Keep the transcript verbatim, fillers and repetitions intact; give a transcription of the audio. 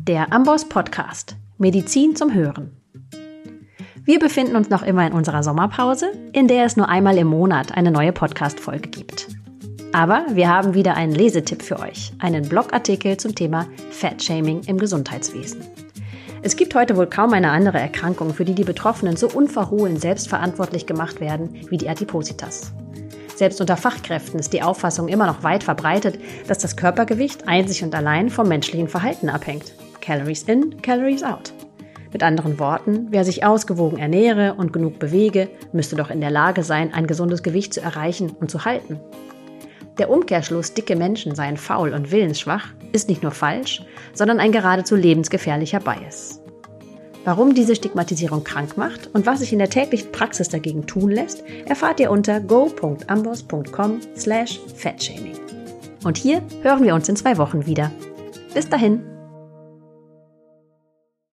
Der Amboss Podcast. Medizin zum Hören. Wir befinden uns noch immer in unserer Sommerpause, in der es nur einmal im Monat eine neue Podcast-Folge gibt. Aber wir haben wieder einen Lesetipp für euch, einen Blogartikel zum Thema Fat-Shaming im Gesundheitswesen. Es gibt heute wohl kaum eine andere Erkrankung, für die die Betroffenen so unverhohlen selbstverantwortlich gemacht werden wie die Adipositas. Selbst unter Fachkräften ist die Auffassung immer noch weit verbreitet, dass das Körpergewicht einzig und allein vom menschlichen Verhalten abhängt. Calories in, Calories out. Mit anderen Worten, wer sich ausgewogen ernähre und genug bewege, müsste doch in der Lage sein, ein gesundes Gewicht zu erreichen und zu halten. Der Umkehrschluss, dicke Menschen seien faul und willensschwach, ist nicht nur falsch, sondern ein geradezu lebensgefährlicher Bias. Warum diese Stigmatisierung krank macht und was sich in der täglichen Praxis dagegen tun lässt, erfahrt ihr unter go punkt amboss punkt com slash fatshaming. Und hier hören wir uns in zwei Wochen wieder. Bis dahin!